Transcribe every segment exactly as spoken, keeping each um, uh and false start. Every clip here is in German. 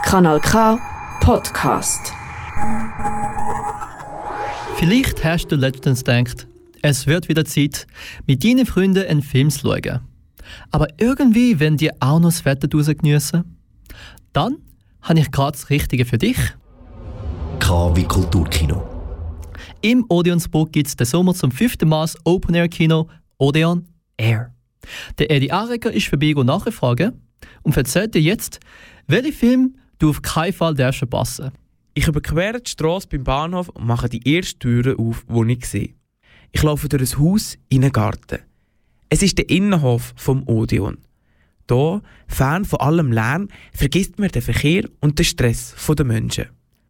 Kanal K Podcast. Vielleicht hast du letztens gedacht, es wird wieder Zeit, mit deinen Freunden einen Film zu schauen. Aber irgendwie wollen die auch noch das Wetter draussen geniessen. Dann habe ich gerade das Richtige für dich. K wie Kulturkino. Im Odeonsburg gibt es den Sommer zum fünften Mal das Open-Air-Kino Odeon Air. Der Eddie Arecker ist vorbei und nachfragen und erzählt dir jetzt, welche Film du auf keinen Fall darfst verpassen. Ich überquere die Strasse beim Bahnhof und mache die erste Tür auf, die ich sehe. Ich laufe durch ein Haus in einen Garten. Es ist der Innenhof vom Odeon. Hier, fern von allem Lärm, vergisst man den Verkehr und den Stress der Menschen.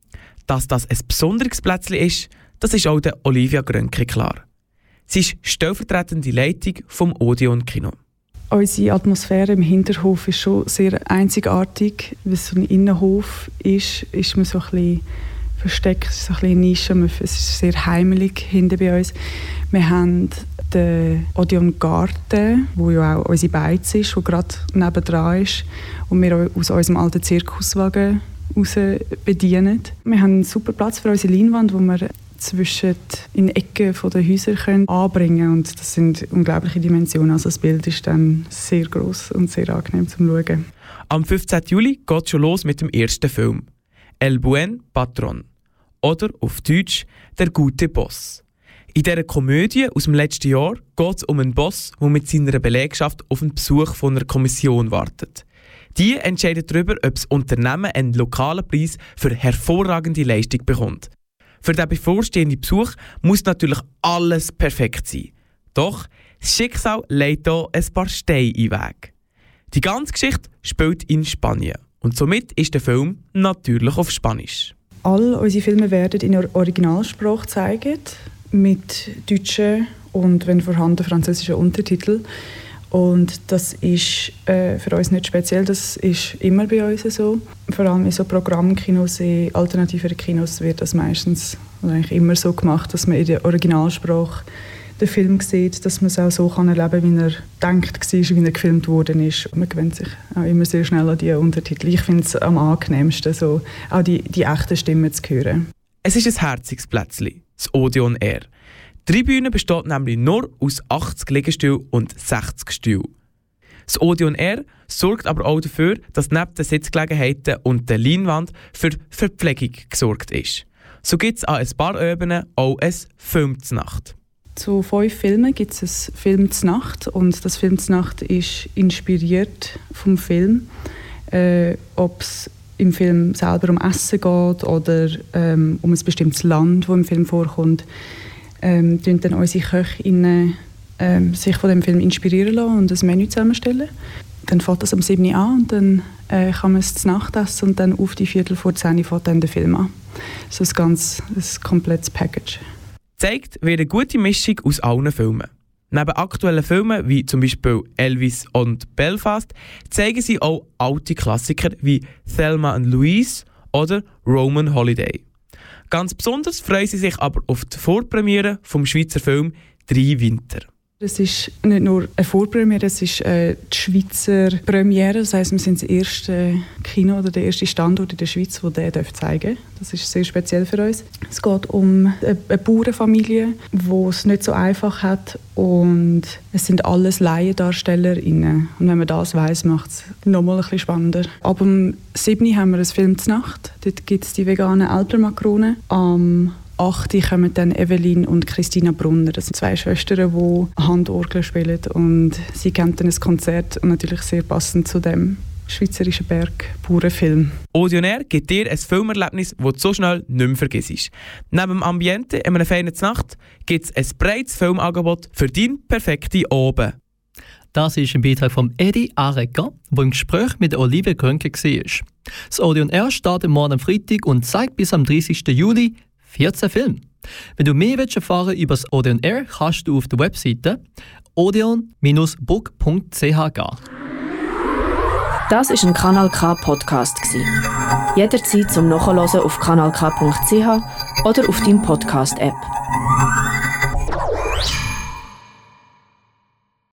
Dass das ein besonderes Plätzchen ist, das ist auch der Olivia Grönke klar. Sie ist stellvertretende Leitung vom Odeon Kino. Unsere Atmosphäre im Hinterhof ist schon sehr einzigartig. Wenn es so ein Innenhof ist, ist man so ein bisschen versteckt, so ein bisschen Nische. Es ist sehr heimelig hinten bei uns. Wir haben den Odeon Garten, wo ja auch unsere Beiz ist, wo gerade nebendran ist und wir aus unserem alten Zirkuswagen raus bedienen. Wir haben einen super Platz für unsere Leinwand, wo wir zwischen in Ecken der Häuser können anbringen können. Und das sind unglaubliche Dimensionen. Also das Bild ist dann sehr gross und sehr angenehm zum Schauen. Am fünfzehnten Juli geht es schon los mit dem ersten Film. El Buen Patron. Oder auf Deutsch Der gute Boss. In dieser Komödie aus dem letzten Jahr geht es um einen Boss, der mit seiner Belegschaft auf einen Besuch von einer Kommission wartet. Die entscheidet darüber, ob das Unternehmen einen lokalen Preis für hervorragende Leistung bekommt. Für den bevorstehenden Besuch muss natürlich alles perfekt sein. Doch das Schicksal legt hier ein paar Steine in den Weg. Die ganze Geschichte spielt in Spanien und somit ist der Film natürlich auf Spanisch. All unsere Filme werden in der Originalsprache gezeigt, mit deutschen und, wenn vorhanden, französischen Untertiteln. Und das ist äh, für uns nicht speziell, das ist immer bei uns so. Vor allem in so Programmkinos, in alternativen Kinos wird das meistens oder eigentlich immer so gemacht, dass man in der Originalsprache den Film sieht, dass man es auch so kann erleben kann, wie er gedacht war, wie er gefilmt worden ist. Man gewöhnt sich auch immer sehr schnell an die Untertitel. Ich finde es am angenehmsten, so auch die, die echten Stimmen zu hören. Es ist ein herziges Plätzchen, das Odeon Air. Die Tribüne besteht nämlich nur aus achtzig Liegestühlen und sechzig Stühlen. Das Odeon Air sorgt aber auch dafür, dass neben den Sitzgelegenheiten und der Leinwand für Verpflegung gesorgt ist. So gibt es an ein paar Ebenen auch ein Film zur Nacht. Zu fünf Filmen gibt es ein Film zur Nacht und das Film zur Nacht ist inspiriert vom Film. Äh, Ob es im Film selber um Essen geht oder ähm, um ein bestimmtes Land, das im Film vorkommt, ähm, tun dann unsere Köchinnen ähm, sich von dem Film inspirieren lassen und ein Menü zusammenstellen. Dann fängt das um sieben Uhr an und dann äh, kann man es zur Nacht essen und dann auf die Viertel vor zehn Uhr fängt dann der Film an. So ein ganz ein komplettes Package. Zeigt wird eine gute Mischung aus allen Filmen. Neben aktuellen Filmen wie zum Beispiel Elvis und Belfast zeigen sie auch alte Klassiker wie Thelma und Louise oder Roman Holiday. Ganz besonders freuen sie sich aber auf die Vorpremiere vom Schweizer Film «Drei Winter». Es ist nicht nur eine Vorpremiere, es ist äh, die Schweizer Premiere. Das heisst, wir sind das erste Kino oder der erste Standort in der Schweiz, der den zeigen darf. Das ist sehr speziell für uns. Es geht um eine, eine Bauernfamilie, die es nicht so einfach hat. Und es sind alles LaiendarstellerInnen. Und wenn man das weiss, macht es nochmal ein bisschen spannender. Ab um sieben Uhr haben wir einen Film zur Nacht. Dort gibt es die veganen Älplermakronen. Am acht Uhr kommen dann Evelyn und Christina Brunner. Das sind zwei Schwestern, die Handorgel spielen. Und sie kennen dann ein Konzert und natürlich sehr passend zu dem schweizerischen Bergbauernfilm. Odeon Air gibt dir ein Filmerlebnis, das du so schnell nicht mehr vergisst. Neben dem Ambiente in einer feinen Nacht gibt es ein breites Filmangebot für deinen perfekten Abend. Das ist ein Beitrag von Eddie Arecker, der im Gespräch mit Olivia Grönke war. Das Odeon Air startet morgen am Freitag und zeigt bis am dreißigsten Juli vierzehn Filme. Wenn du mehr erfahren willst über das Odeon Air, kannst du auf der Webseite odeon Bindestrich burg Punkt c h gehen. Das war ein Kanal K Podcast. Jederzeit zum Nachhören auf kanal k Punkt c h oder auf deinem Podcast-App.